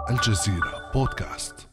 الجزيرة بودكاست.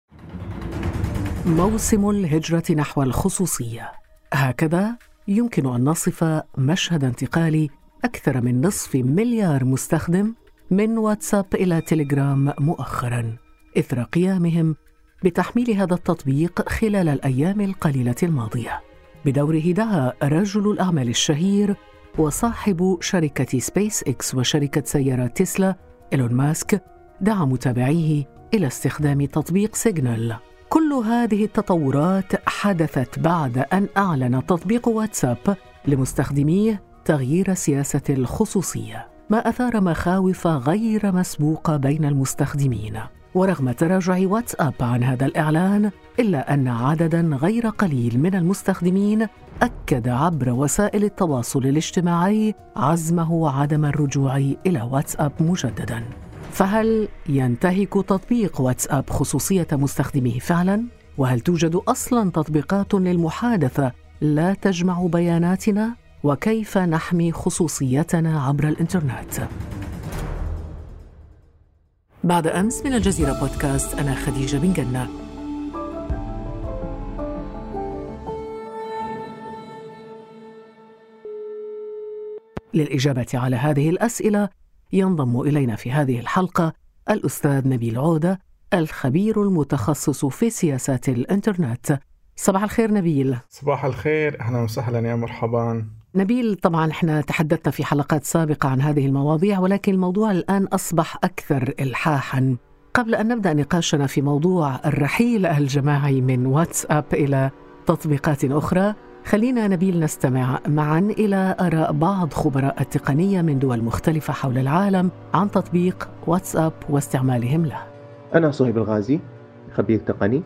موسم الهجرة نحو الخصوصية، هكذا يمكن أن نصف مشهد انتقال أكثر من 250,000,000 مستخدم من واتساب إلى تيليجرام مؤخراً، إثر قيامهم بتحميل هذا التطبيق خلال الأيام القليلة الماضية. بدوره دعا رجل الأعمال الشهير وصاحب شركة سبيس إكس وشركة سيارات تسلا إيلون ماسك دعا متابعيه إلى استخدام تطبيق سيجنال. كل هذه التطورات حدثت بعد أن أعلن تطبيق واتساب لمستخدميه تغيير سياسة الخصوصية، ما أثار مخاوف غير مسبوقة بين المستخدمين. ورغم تراجع واتساب عن هذا الإعلان، إلا أن عدداً غير قليل من المستخدمين أكد عبر وسائل التواصل الاجتماعي عزمه عدم الرجوع إلى واتساب مجدداً. فهل ينتهك تطبيق واتساب خصوصية مستخدميه فعلاً؟ وهل توجد أصلاً تطبيقات للمحادثة لا تجمع بياناتنا؟ وكيف نحمي خصوصيتنا عبر الإنترنت؟ بعد أمس من الجزيرة بودكاست، أنا خديجة بن جنة. للإجابة على هذه الأسئلة ينضم إلينا في هذه الحلقة الأستاذ نبيل عودة، الخبير المتخصص في سياسات الإنترنت. صباح الخير نبيل. صباح الخير، أهلا وسهلا، يا مرحبا. نبيل، طبعا احنا تحدثنا في حلقات سابقة عن هذه المواضيع، ولكن الموضوع الآن أصبح أكثر إلحاحا. قبل أن نبدأ نقاشنا في موضوع الرحيل الجماعي من واتساب إلى تطبيقات أخرى، خلينا نبيل نستمع معا إلى آراء بعض خبراء التقنية من دول مختلفة حول العالم عن تطبيق واتساب واستعمالهم له. أنا صهيب الغازي، خبير تقني.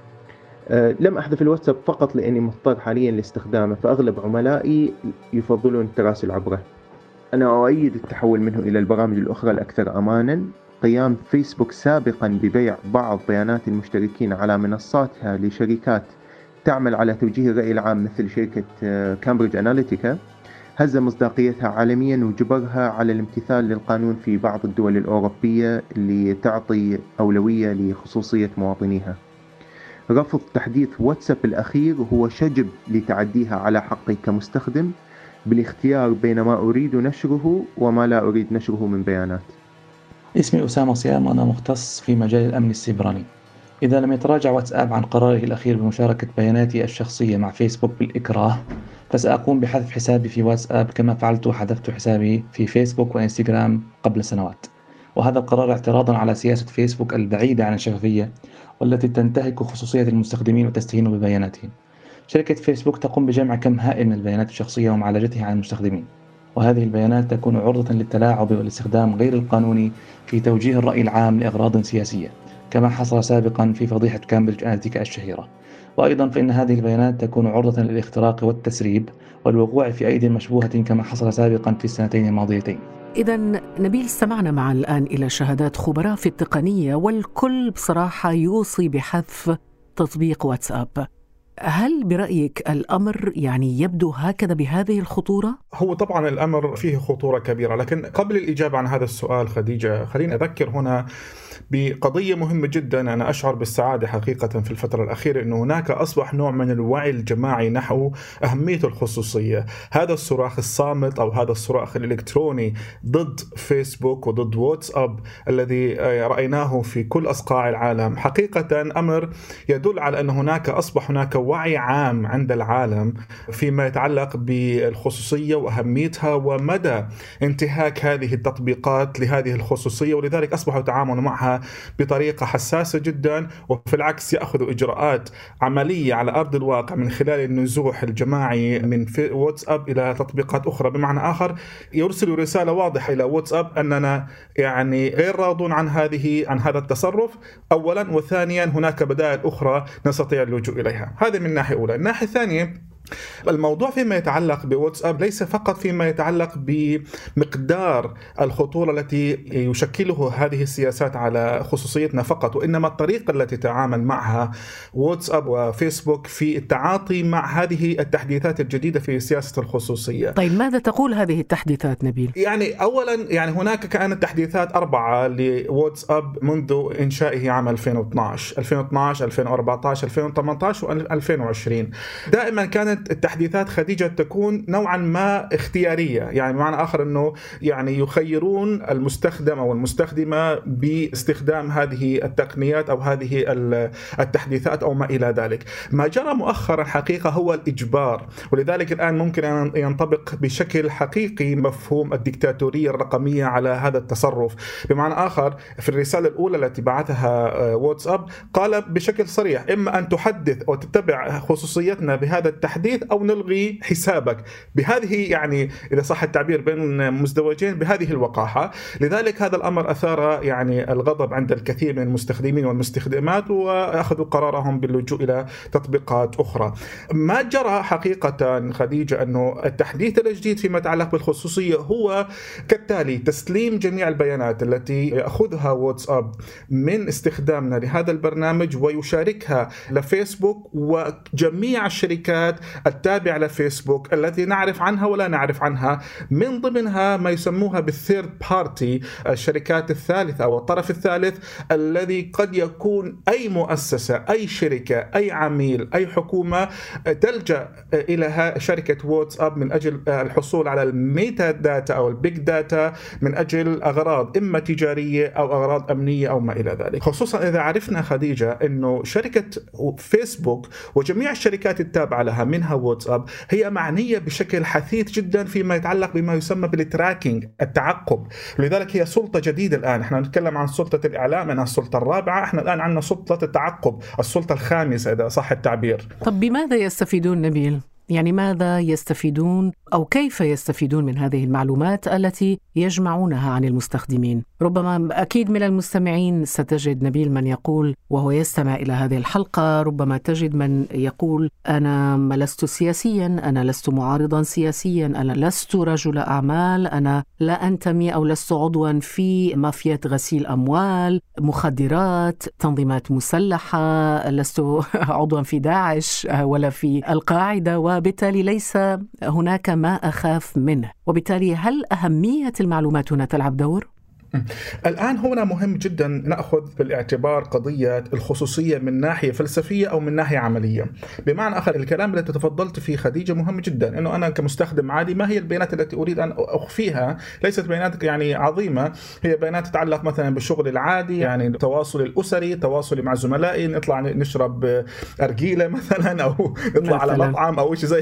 لم أحذف الواتساب فقط لأني مضطر حاليا لاستخدامه، فأغلب عملائي يفضلون التراسل عبره. أنا أؤيد التحول منه إلى البرامج الأخرى الأكثر أمانا. قيام فيسبوك سابقا ببيع بعض بيانات المشتركين على منصاتها لشركات تعمل على توجيه الرأي العام مثل شركة كامبريدج أناليتيكا هز مصداقيتها عالميا وجبرها على الامتثال للقانون في بعض الدول الأوروبية اللي تعطي أولوية لخصوصية مواطنيها. رفض تحديث واتساب الأخير هو شجب لتعديها على حقي كمستخدم بالاختيار بين ما أريد نشره وما لا أريد نشره من بيانات. اسمي أسامة صيام، وأنا مختص في مجال الأمن السيبراني. إذا لم يتراجع واتساب عن قراره الأخير بمشاركة بياناتي الشخصية مع فيسبوك بالإكراه، فسأقوم بحذف حسابي في واتساب كما فعلت وحذفت حسابي في فيسبوك وإنستغرام قبل سنوات. وهذا القرار اعتراضا على سياسة فيسبوك البعيدة عن الشفافية والتي تنتهك خصوصية المستخدمين وتستهين ببياناتهم. شركة فيسبوك تقوم بجمع كم هائل من البيانات الشخصية ومعالجتها عن المستخدمين، وهذه البيانات تكون عرضة للتلاعب والاستخدام غير القانوني في توجيه الرأي العام لأغراض سياسية، كما حصل سابقا في فضيحة كامبريدج أناليتيكا الشهيرة. وأيضا فإن هذه البيانات تكون عرضة للاختراق والتسريب والوقوع في أيدي مشبوهة كما حصل سابقا في السنتين الماضيتين. إذن نبيل، استمعنا معا الآن إلى شهادات خبراء في التقنية، والكل بصراحة يوصي بحذف تطبيق واتساب. هل برأيك الأمر يبدو هكذا بهذه الخطورة؟ هو طبعا الأمر فيه خطورة كبيرة، لكن قبل الإجابة عن هذا السؤال خديجة، خليني أذكر هنا بقضية مهمة جدا. أنا أشعر بالسعادة حقيقة في الفترة الأخيرة أنه هناك أصبح نوع من الوعي الجماعي نحو أهمية الخصوصية. هذا الصراخ الصامت أو هذا الصراخ الإلكتروني ضد فيسبوك وضد واتساب الذي رأيناه في كل أصقاع العالم حقيقة أمر يدل على أن أصبح هناك وعي عام عند العالم فيما يتعلق بالخصوصية وأهميتها ومدى انتهاك هذه التطبيقات لهذه الخصوصية، ولذلك أصبحوا يتعاملوا معها بطريقة حساسة جدا، وفي العكس يأخذوا إجراءات عملية على أرض الواقع من خلال النزوح الجماعي من واتساب إلى تطبيقات أخرى. بمعنى آخر يرسلوا رسالة واضحة إلى واتساب أننا غير راضون عن هذا التصرف أولا، وثانيا هناك بدائل أخرى نستطيع اللجوء إليها. هذا من ناحية أولى. الناحية الثانية الموضوع فيما يتعلق بواتساب ليس فقط فيما يتعلق بمقدار الخطورة التي يشكله هذه السياسات على خصوصيتنا فقط، وإنما الطريقة التي تتعامل معها واتساب وفيسبوك في التعاطي مع هذه التحديثات الجديدة في سياسة الخصوصية. طيب ماذا تقول هذه التحديثات نبيل؟ يعني أولا هناك كانت تحديثات 4 لواتساب منذ إنشائه عام 2012 2014 2018 و2020. دائما كانت التحديثات خديجة تكون نوعا ما اختيارية، يعني بمعنى آخر أنه يعني يخيرون المستخدم أو المستخدمة باستخدام هذه التقنيات أو هذه التحديثات أو ما إلى ذلك. ما جرى مؤخرا حقيقة هو الإجبار، ولذلك الآن ممكن أن ينطبق بشكل حقيقي مفهوم الديكتاتورية الرقمية على هذا التصرف. بمعنى آخر في الرسالة الأولى التي بعثها واتساب قال بشكل صريح: إما أن تحدث أو تتبع خصوصيتنا بهذا التحديث أو نلغي حسابك، بهذه يعني إذا صح التعبير بين مزدوجين بهذه الوقاحة. لذلك هذا الأمر أثار يعني الغضب عند الكثير من المستخدمين والمستخدمات، وأخذوا قرارهم باللجوء إلى تطبيقات أخرى. ما جرى حقيقة خديجة أنه التحديث الجديد فيما يتعلق بالخصوصية هو كالتالي: تسليم جميع البيانات التي يأخذها واتساب من استخدامنا لهذا البرنامج ويشاركها لفيسبوك وجميع الشركات التابعة لفيسبوك التي نعرف عنها ولا نعرف عنها، من ضمنها ما يسموها بالثيرد بارتي، الشركات الثالثة أو الطرف الثالث الذي قد يكون أي مؤسسة، أي شركة، أي عميل، أي حكومة تلجأ إلى شركة واتساب من أجل الحصول على الميتا داتا أو البيج داتا من أجل أغراض إما تجارية أو أغراض أمنية أو ما إلى ذلك. خصوصا إذا عرفنا خديجة أنه شركة فيسبوك وجميع الشركات التابعة لها منها واتساب هي معنية بشكل حثيث جدا فيما يتعلق بما يسمى بالتراكينج، التعقب. لذلك هي سلطة جديدة الآن. احنا نتكلم عن سلطة الإعلام أنها السلطة الرابعة، احنا الآن عندنا سلطة التعقب، السلطة الخامسة إذا صح التعبير. طب بماذا يستفيدون نبيل؟ يعني ماذا يستفيدون أو كيف يستفيدون من هذه المعلومات التي يجمعونها عن المستخدمين؟ ربما أكيد من المستمعين ستجد نبيل من يقول وهو يستمع إلى هذه الحلقة، ربما تجد من يقول: أنا لست سياسيا، أنا لست معارضا سياسيا، أنا لست رجل أعمال، أنا لا أنتمي أو لست عضوا في مافيا غسيل أموال، مخدرات، تنظيمات مسلحة، لست عضوا في داعش ولا في القاعدة، وبالتالي ليس هناك ما أخاف منه. وبالتالي هل أهمية المعلومات هنا تلعب دور؟ الآن هنا مهم جدا نأخذ بالاعتبار قضية الخصوصية من ناحية فلسفية أو من ناحية عملية. بمعنى آخر الكلام الذي تفضلت فيه خديجة مهم جدا، أنه أنا كمستخدم عادي ما هي البيانات التي أريد أن أخفيها؟ ليست بيانات يعني عظيمة، هي بيانات تتعلق مثلا بالشغل العادي، يعني التواصل الأسري، تواصلي مع زملائي، نطلع نشرب أرجيلة مثلا أو نطلع على مطعم أو شيء زي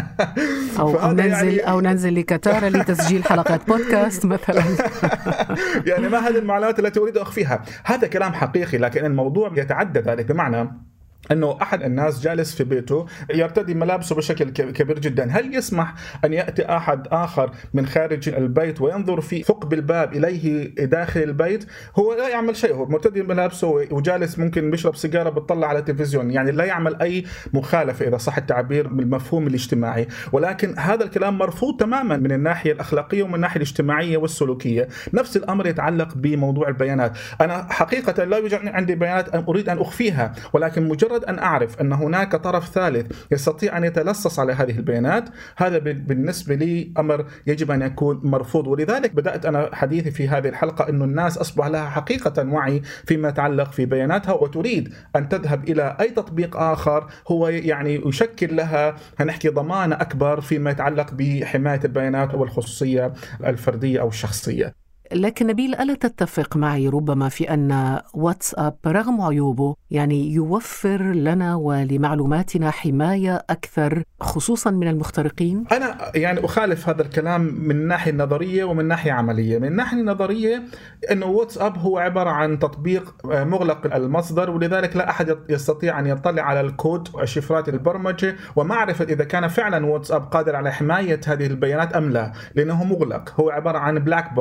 أو ننزل لكتارة لتسجيل حلقات بودكاست مثلا. يعني ما هذه المعلومات التي أريد أخفيها؟ هذا كلام حقيقي، لكن الموضوع يتعدى ذلك. بمعنى أنه أحد الناس جالس في بيته يرتدي ملابسه بشكل كبير جدا، هل يسمح أن يأتي أحد آخر من خارج البيت وينظر في ثقب الباب إليه داخل البيت؟ هو لا يعمل شيء، هو مرتدي ملابسه وجالس ممكن بيشرب سيجارة بتطلع على التلفزيون، يعني لا يعمل أي مخالفة إذا صح التعبير بالمفهوم الاجتماعي. ولكن هذا الكلام مرفوض تماما من الناحية الأخلاقية ومن الناحية الاجتماعية والسلوكية. نفس الأمر يتعلق بموضوع البيانات. أنا حقيقة لا يوجد عندي بيانات أريد أن أخفيها، ولكن مجرد أن أعرف أن هناك طرف ثالث يستطيع أن يتلصص على هذه البيانات، هذا بالنسبة لي أمر يجب أن يكون مرفوض. ولذلك بدأت أنا حديثي في هذه الحلقة أنه الناس أصبح لها حقيقة وعي فيما يتعلق في بياناتها، وتريد أن تذهب إلى أي تطبيق آخر هو يعني يشكل لها هنحكي ضمان أكبر فيما يتعلق بحماية البيانات والخصوصية الفردية أو الشخصية. لكن نبيل، ألا تتفق معي ربما في أن واتساب رغم عيوبه يعني يوفر لنا ولمعلوماتنا حماية أكثر خصوصا من المخترقين؟ أنا يعني أخالف هذا الكلام من الناحية النظرية ومن ناحية عملية. من الناحية النظرية أنه واتساب هو عبارة عن تطبيق مغلق المصدر، ولذلك لا أحد يستطيع أن يطلع على الكود وشفرات البرمجة ومعرفة إذا كان فعلا واتساب قادر على حماية هذه البيانات أم لا، لأنه مغلق، هو عبارة عن بلاك بوكس.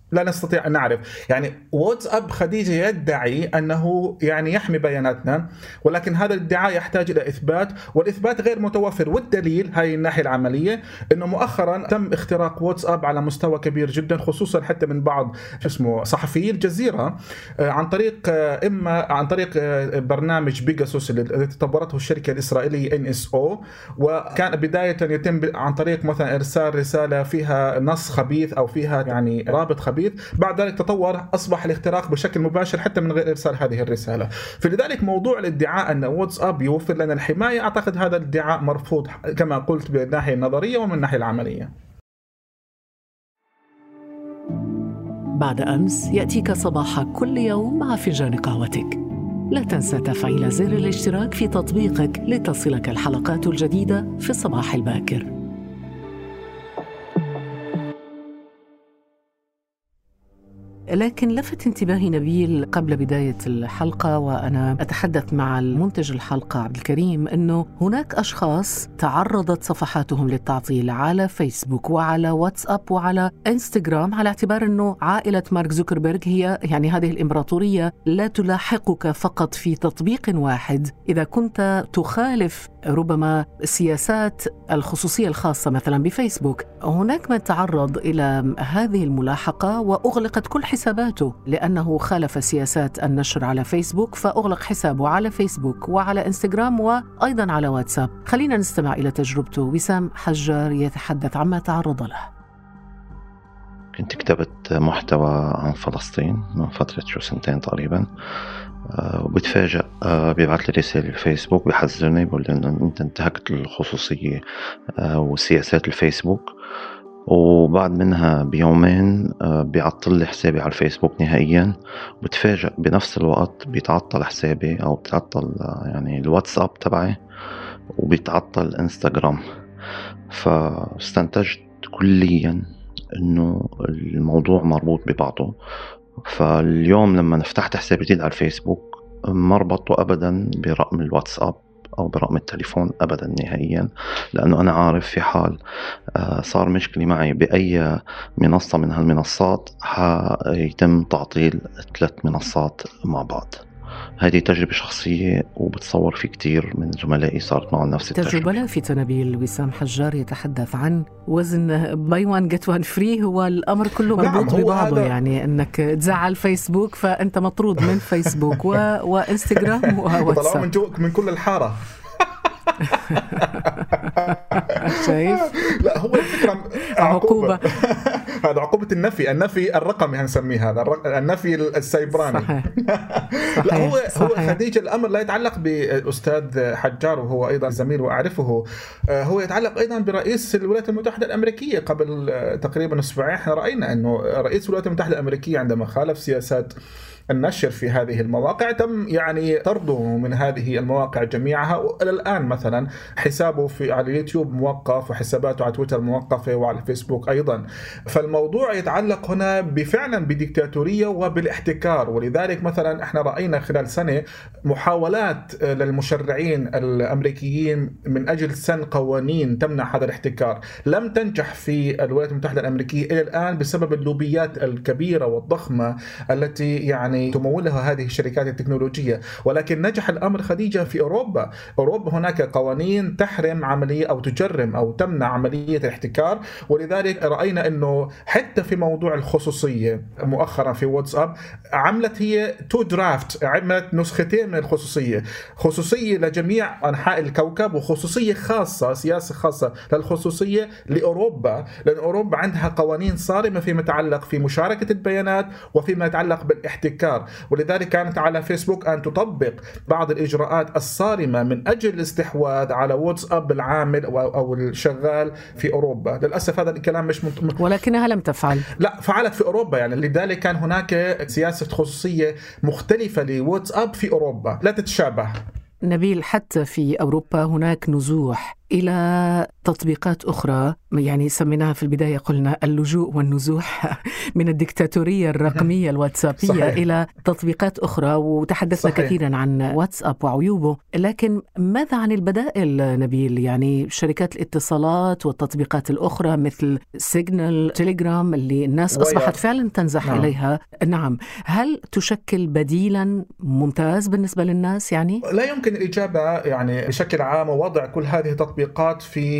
لا نستطيع أن نعرف. يعني واتساب خديجة يدعي أنه يعني يحمي بياناتنا، ولكن هذا الادعاء يحتاج إلى إثبات، والإثبات غير متوفر. والدليل هاي الناحية العملية أنه مؤخرا تم اختراق واتساب على مستوى كبير جدا، خصوصا حتى من بعض صحفيي الجزيرة، عن طريق برنامج بيجاسوس الذي تطورته الشركة الإسرائيلية NSO. وكان بداية يتم عن طريق مثلا إرسال رسالة فيها نص خبيث أو فيها يعني رابط خبيث، بعد ذلك تطور أصبح الاختراق بشكل مباشر حتى من غير إرسال هذه الرسالة. فلذلك موضوع الادعاء أن واتساب يوفر لنا الحماية، أعتقد هذا الادعاء مرفوض كما قلت من الناحية النظرية ومن الناحية العملية. بعد أمس يأتيك صباح كل يوم مع فنجان قهوتك. لا تنسى تفعيل زر الاشتراك في تطبيقك لتصلك الحلقات الجديدة في الصباح الباكر. لكن لفت انتباهي نبيل قبل بداية الحلقة وأنا أتحدث مع المنتج الحلقة عبد الكريم أنه هناك أشخاص تعرضت صفحاتهم للتعطيل على فيسبوك وعلى واتساب وعلى إنستغرام، على اعتبار أنه عائلة مارك زوكربيرغ هي يعني هذه الإمبراطورية لا تلاحقك فقط في تطبيق واحد. إذا كنت تخالف ربما سياسات الخصوصية الخاصة مثلا بفيسبوك، هناك من تعرض إلى هذه الملاحقة وأغلقت كل حساباته لأنه خالف سياسات النشر على فيسبوك، فأغلق حسابه على فيسبوك وعلى إنستغرام وأيضا على واتساب. خلينا نستمع إلى تجربته. وسام حجار يتحدث عما تعرض له. كنت كتبت محتوى عن فلسطين من فترة 2 تقريبا، وبتفاجأ بيبعث لي رسالة الفيسبوك بيحذرني، بيقول لي إنه أنت انتهكت الخصوصية وسياسات الفيسبوك. وبعد منها بيومين بيعطل لي حسابي على الفيسبوك نهائيا، وبتفاجأ بنفس الوقت بيتعطل حسابي أو بيتعطل يعني الواتساب تبعي وبيتعطل انستغرام. فاستنتجت كليا إنه الموضوع مربوط ببعضه. فاليوم لما فتحت حسابي جديد على الفيسبوك ما ربطته أبدا برقم الواتساب أو برقم التليفون أبدا نهائيا، لأنه أنا عارف في حال صار مشكلة معي بأي منصة من هالمنصات حيتم تعطيل 3 منصات مع بعض. هذه تجربة شخصية وبتصور في كتير من زملائي صارت معهم نفس تجربة لافتة. نبيل وسام حجار يتحدث عن وزن باي وان جيت وان فري. هو الأمر كله مربوط ببعضه، يعني أنك تزعل فيسبوك فأنت مطرود من فيسبوك وإنستغرام وواتساب من كل الحارة. شايف؟ لا هو الفكرة عقوبة. هذا عقوبة النفي الرقمي هنسميه، هذا النفي السيبراني. صحيح. لا هو خديجة الأمر لا يتعلق بأستاذ حجار وهو أيضا زميل وأعرفه، هو يتعلق أيضا برئيس الولايات المتحدة الأمريكية. قبل تقريبا أسبوعين احنا رأينا أنه رئيس الولايات المتحدة الأمريكية عندما خالف سياسات النشر في هذه المواقع تم يعني طرده من هذه المواقع جميعها. والى الان مثلا حسابه على اليوتيوب موقف، وحساباته على تويتر موقفه، وعلى فيسبوك ايضا. فالموضوع يتعلق هنا بفعلا بديكتاتوريه وبالاحتكار. ولذلك مثلا احنا راينا خلال سنه محاولات للمشرعين الامريكيين من اجل سن قوانين تمنع هذا الاحتكار، لم تنجح في الولايات المتحده الامريكيه الى الان بسبب اللوبيات الكبيره والضخمه التي يعني تمولها هذه الشركات التكنولوجية. ولكن نجح الأمر خديجة في أوروبا هناك قوانين تحرم عملية أو تجرم أو تمنع عملية الاحتكار. ولذلك رأينا أنه حتى في موضوع الخصوصية مؤخرا في واتساب عملت هي 2 درافت، عملت نسختين من الخصوصية، خصوصية لجميع أنحاء الكوكب وخصوصية خاصة، سياسة خاصة للخصوصية لأوروبا، لأن أوروبا عندها قوانين صارمة فيما يتعلق في مشاركة البيانات وفيما يتعلق بالاحتكار. ولذلك كانت على فيسبوك أن تطبق بعض الإجراءات الصارمة من أجل الاستحواذ على واتساب العامل أو الشغال في أوروبا. للأسف هذا الكلام مش ولكنها لم تفعل. لا فعلت في أوروبا، يعني لذلك كان هناك سياسة خصوصية مختلفة لواتساب في أوروبا لا تتشابه. نبيل، حتى في أوروبا هناك نزوح إلى تطبيقات أخرى، يعني سميناها في البداية، قلنا اللجوء والنزوح من الدكتاتورية الرقمية الواتسابية صحيح. إلى تطبيقات أخرى، وتحدثنا صحيح. كثيرا عن واتساب وعيوبه، لكن ماذا عن البدائل نبيل؟ يعني شركات الاتصالات والتطبيقات الأخرى مثل سيجنال، تيليجرام اللي الناس أصبحت فعلا تنزح إليها. نعم، هل تشكل بديلا ممتاز بالنسبة للناس؟ يعني لا يمكن الإجابة يعني بشكل عام ووضع كل هذه التطبيقات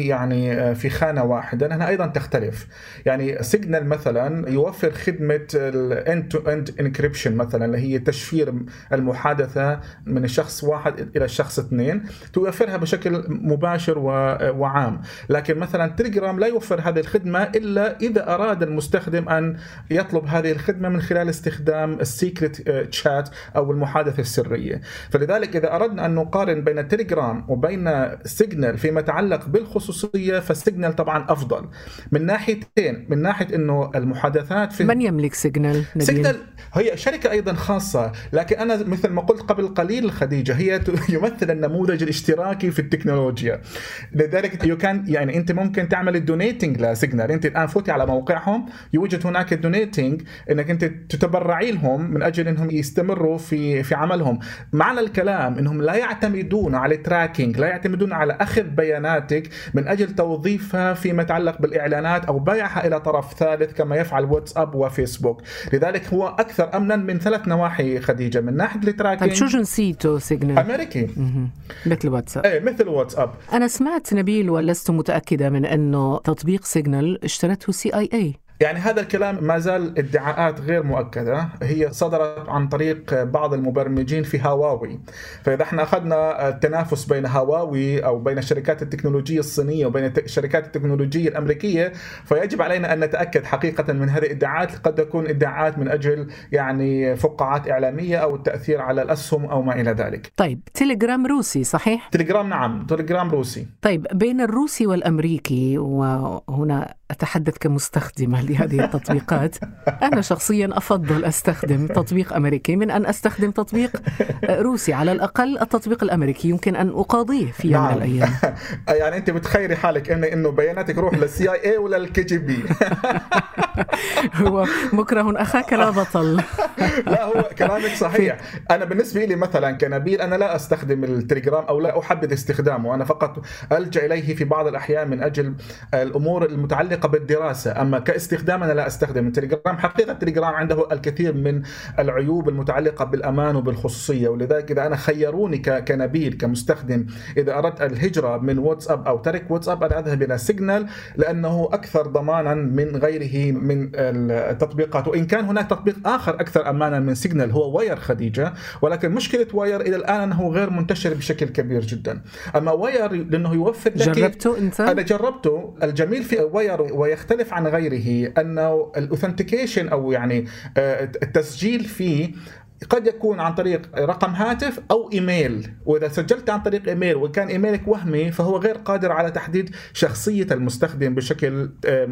في خانة واحدة، لأنها أيضا تختلف. يعني سيجنال مثلا يوفر خدمة ال end-to-end encryption مثلا، اللي هي تشفير المحادثة من الشخص واحد إلى الشخص اثنين، توفرها بشكل مباشر وعام. لكن مثلا تيليجرام لا يوفر هذه الخدمة إلا إذا أراد المستخدم أن يطلب هذه الخدمة من خلال استخدام السيكريت تشات أو المحادثة السرية. فلذلك إذا أردنا أن نقارن بين تيليجرام وبين سيجنال فيما يتعلق بالخصوصية، فالسيجنال طبعا أفضل من ناحيتين. من ناحية أنه المحادثات في من يملك سيجنال؟ سيجنال هي شركة أيضا خاصة، لكن أنا مثل ما قلت قبل قليل خديجة، هي يمثل النموذج الاشتراكي في التكنولوجيا. لذلك يعني أنت ممكن تعمل الدونيتنج لسيجنال. أنت الآن فوتي على موقعهم، يوجد هناك الدونيتنج، أنك أنت تتبرعي لهم من أجل أنهم يستمروا في عملهم. معنى الكلام أنهم لا يعتمدون على تراكينج، لا يعتمدون على أخذ بياناتك من أجل توظيفها فيما يتعلق بالإعلانات أو بيعها إلى طرف ثالث كما يفعل واتساب وفيسبوك. لذلك هو أكثر أمنا من 3 نواحي خديجة. من ناحية التراكينج، طيب شو جنسيته سيجنال؟ أمريكي مثل واتساب. مثل واتساب. أنا سمعت نبيل ولست متأكدة من أنه تطبيق سيجنال اشترته CIA. يعني هذا الكلام ما زال ادعاءات غير مؤكدة، هي صدرت عن طريق بعض المبرمجين في هواوي. فإذا احنا أخذنا التنافس بين هواوي أو بين الشركات التكنولوجية الصينية وبين الشركات التكنولوجية الأمريكية، فيجب علينا أن نتأكد حقيقة من هذه الادعاءات. قد تكون ادعاءات من أجل يعني فقاعات إعلامية أو التأثير على الأسهم أو ما إلى ذلك. طيب تيليجرام روسي صحيح؟ تيليجرام نعم، تيليجرام روسي. طيب بين الروسي والأمريكي، وهنا أتحدث كمستخدمة لهذه التطبيقات، أنا شخصيا أفضل أستخدم تطبيق أمريكي من أن أستخدم تطبيق روسي. على الأقل التطبيق الأمريكي يمكن أن أقاضيه في يوم من الأيام. يعني أنت بتخيري حالك إنه بياناتك روح للCIA ولا للKGB؟ هو مكره أخاك لا بطل. لا هو كلامك صحيح. أنا بالنسبة لي مثلا كنبيل، أنا لا أستخدم التليجرام أو لا أحبذ استخدامه. أنا فقط ألجأ إليه في بعض الأحيان من أجل الأمور المتعلقة بالدراسة. أما كاستخدام أنا لا أستخدم التليجرام. حقيقة التليجرام عنده الكثير من العيوب المتعلقة بالأمان وبالخصوصية، ولذلك إذا أنا خيروني كنبيل كمستخدم، إذا أردت الهجرة من واتساب أو ترك واتساب، أنا أذهب إلى سيجنال لأنه أكثر ضمانا من غيره من التطبيقات. وإن كان هناك تطبيق آخر أكثر أمانا من سيجنال هو واير خديجة، ولكن مشكلة واير إلى الآن أنه غير منتشر بشكل كبير جدا. أما واير لأنه يوفر لك. جربته أنت؟ أنا جربته. الجميل في واير ويختلف عن غيره أنه الأوثنتيكيشن أو يعني التسجيل فيه قد يكون عن طريق رقم هاتف أو إيميل، وإذا سجلت عن طريق إيميل وكان إيميلك وهمي فهو غير قادر على تحديد شخصية المستخدم بشكل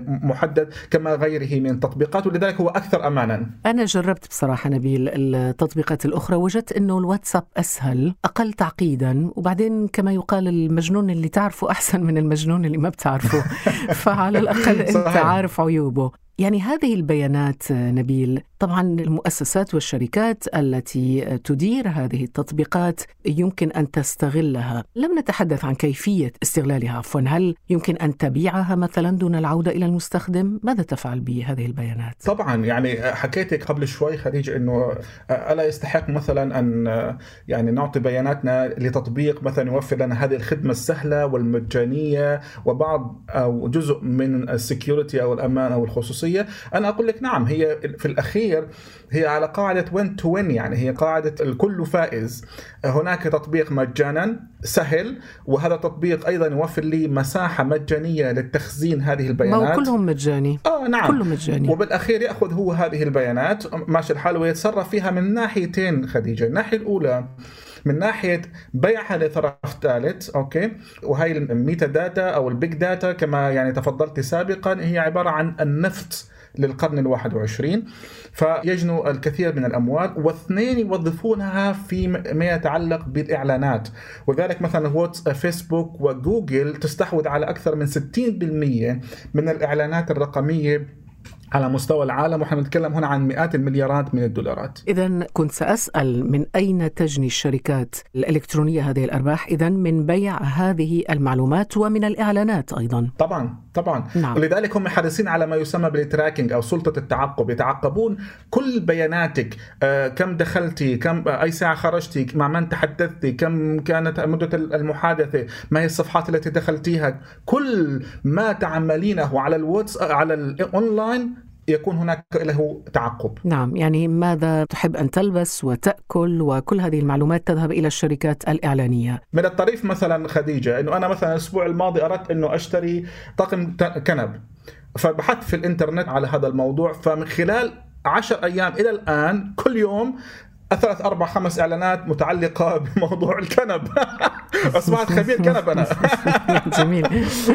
محدد كما غيره من التطبيقات، ولذلك هو أكثر أمانا. أنا جربت بصراحة نبيل التطبيقات الأخرى، وجدت أنه الواتساب أسهل، أقل تعقيدا، وبعدين كما يقال المجنون اللي تعرفه أحسن من المجنون اللي ما بتعرفه. فعلى الأقل أنت عارف عيوبه. يعني هذه البيانات نبيل، طبعا المؤسسات والشركات التي تدير هذه التطبيقات يمكن أن تستغلها. لم نتحدث عن كيفية استغلالها عفوا. هل يمكن أن تبيعها مثلا دون العودة إلى المستخدم؟ ماذا تفعل بهذه البيانات؟ طبعا يعني حكيتك قبل شوي خديجة أنه ألا يستحق مثلا أن يعني نعطي بياناتنا لتطبيق مثلا يوفر لنا هذه الخدمة السهلة والمجانية وبعض أو جزء من السكيورتي أو الأمان أو الخصوصية. أنا أقول لك نعم، هي في الأخير هي على قاعدة win to win، يعني هي قاعدة الكل فائز. هناك تطبيق مجانا سهل، وهذا التطبيق أيضا يوفر لي مساحة مجانية للتخزين هذه البيانات. ما كلهم مجاني. نعم كله مجاني. وبالأخير يأخذ هو هذه البيانات ماشي الحال ويتصرف فيها من ناحيتين خديجة. الناحية الأولى من ناحية بيعها لطرف ثالث، أوكي، وهي الميتا داتا أو البيج داتا كما يعني تفضلت سابقا، هي عبارة عن النفط للقرن ال21، فيجنوا الكثير من الأموال، واثنين يوظفونها في ما يتعلق بالإعلانات. وذلك مثلا فيسبوك وجوجل تستحوذ على أكثر من 60% من الإعلانات الرقمية على مستوى العالم، ونحن نتكلم هنا عن مئات المليارات من الدولارات. إذن كنت سأسأل من أين تجني الشركات الإلكترونية هذه الأرباح؟ إذن من بيع هذه المعلومات ومن الإعلانات أيضا. طبعا. نعم. ولذلك هم حريصين على ما يسمى بالتراكينج أو سلطة التعقب، يتعقبون كل بياناتك، كم دخلتي، كم أي ساعة خرجتي، مع من تحدثتي، كم كانت مدة المحادثة، ما هي الصفحات التي دخلتيها، كل ما تعملينه على الواتس على الأونلاين يكون هناك له تعقب. نعم، يعني ماذا تحب أن تلبس وتأكل وكل هذه المعلومات تذهب إلى الشركات الإعلانية. من الطريف مثلا خديجة أنه أنا مثلا الأسبوع الماضي أردت أنه أشتري طقم كنب، فبحثت في الإنترنت على هذا الموضوع، فمن خلال 10 أيام إلى الآن كل يوم 3 4 5 إعلانات متعلقة بموضوع الكنب. أصبحت خبير كنب أنا. جميل.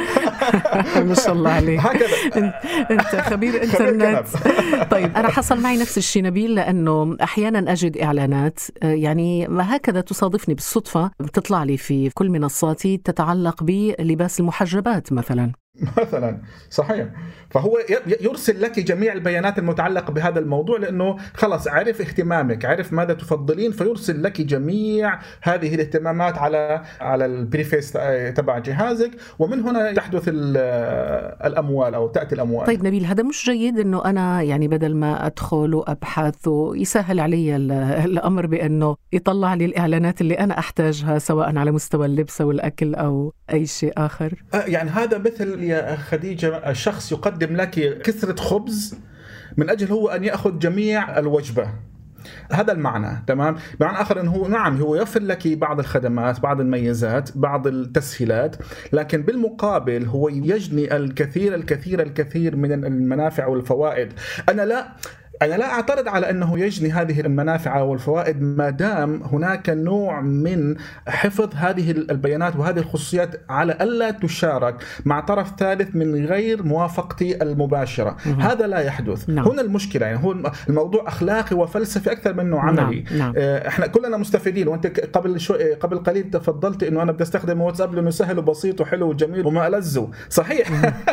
ما شاء الله عليك. هكذا أنت خبير إنترنت. طيب أنا حصل معي نفس الشيء نبيل، لأنه أحيانا أجد إعلانات يعني هكذا تصادفني بالصدفة، بتطلع لي في كل منصاتي تتعلق بلباس المحجبات مثلا. صحيح. فهو يرسل لك جميع البيانات المتعلقة بهذا الموضوع، لأنه خلص عرف اهتمامك، عرف ماذا تفضلين، فيرسل لك جميع هذه الاهتمامات على البريفيس تبع جهازك، ومن هنا تحدث الأموال أو تأتي الأموال. طيب نبيل، هذا مش جيد إنه أنا يعني بدل ما أدخل وأبحث ويسهل علي الأمر بأنه يطلع لي الإعلانات اللي أنا أحتاجها، سواء على مستوى اللبس أو الأكل أو أي شيء آخر؟ يعني هذا مثل يا خديجة الشخص يقدم لك كسرة خبز من أجل هو أن يأخذ جميع الوجبة. هذا المعنى، تمام. معنى آخر أنه هو يوفر لك بعض الخدمات، بعض الميزات، بعض التسهيلات، لكن بالمقابل هو يجني الكثير من المنافع والفوائد. أنا لا أعترض على أنه يجني هذه المنافع والفوائد ما دام هناك نوع من حفظ هذه البيانات وهذه الخصوصيات على ألا تشارك مع طرف ثالث من غير موافقتي المباشرة. هذا لا يحدث. نعم. هنا المشكلة، يعني هو الموضوع أخلاقي وفلسفي أكثر منه عملي. نعم. إحنا كلنا مستفيدين، وأنت قبل قليل تفضلت إنه أنا بدي أستخدم واتساب لأنه سهل وبسيط وحلو وجميل وما ألذه. صحيح.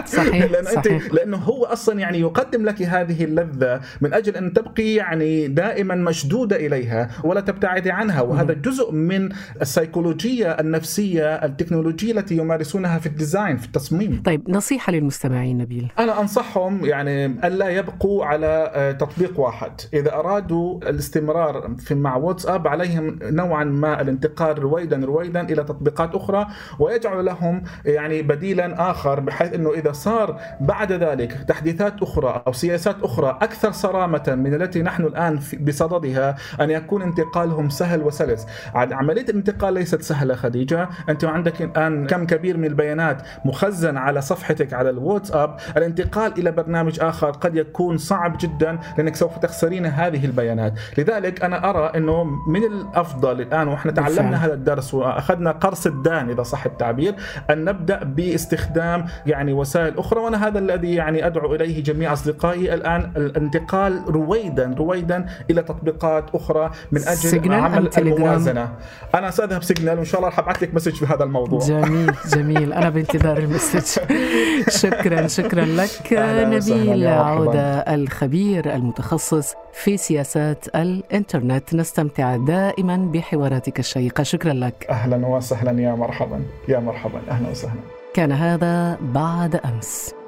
لأنه هو أصلا يعني يقدم لك هذه اللذة من أجل أن تبقي يعني دائما مشدودة إليها ولا تبتعدي عنها، وهذا جزء من السيكولوجية النفسية التكنولوجية التي يمارسونها في الديزاين، في التصميم. طيب نصيحة للمستمعين نبيل. أنا أنصحهم يعني ألا يبقوا على تطبيق واحد. إذا أرادوا الاستمرار مع واتساب عليهم نوعا ما الانتقال رويدا إلى تطبيقات أخرى، ويجعل لهم يعني بديلا آخر، بحيث أنه إذا صار بعد ذلك تحديثات أخرى أو سياسات أخرى أكثر صرامة من التي نحن الآن بصددها، أن يكون انتقالهم سهل وسلس. عملية الانتقال ليست سهلة خديجة. أنت عندك الآن كم كبير من البيانات مخزن على صفحتك على الواتساب، الانتقال إلى برنامج آخر قد يكون صعب جدا لأنك سوف تخسرين هذه البيانات. لذلك أنا أرى أنه من الأفضل الآن، وإحنا تعلمنا هذا الدرس وأخذنا قرص الدان إذا صح التعبير، أن نبدأ باستخدام يعني وسائل أخرى. وأنا هذا الذي يعني أدعو إليه جميع أصدقائي الآن، الانتقال رويدا إلى تطبيقات أخرى من أجل عمل الموازنة. أنا سأذهب سيجنال وإن شاء الله رح أبعث لك مسج في هذا الموضوع. جميل. أنا بانتظار المسج. شكرا لك نبيل عودة، الخبير المتخصص في سياسات الإنترنت. نستمتع دائما بحواراتك الشيقة. شكرا لك. أهلا وسهلا. يا مرحبا. أهلا وسهلا. كان هذا بعد أمس.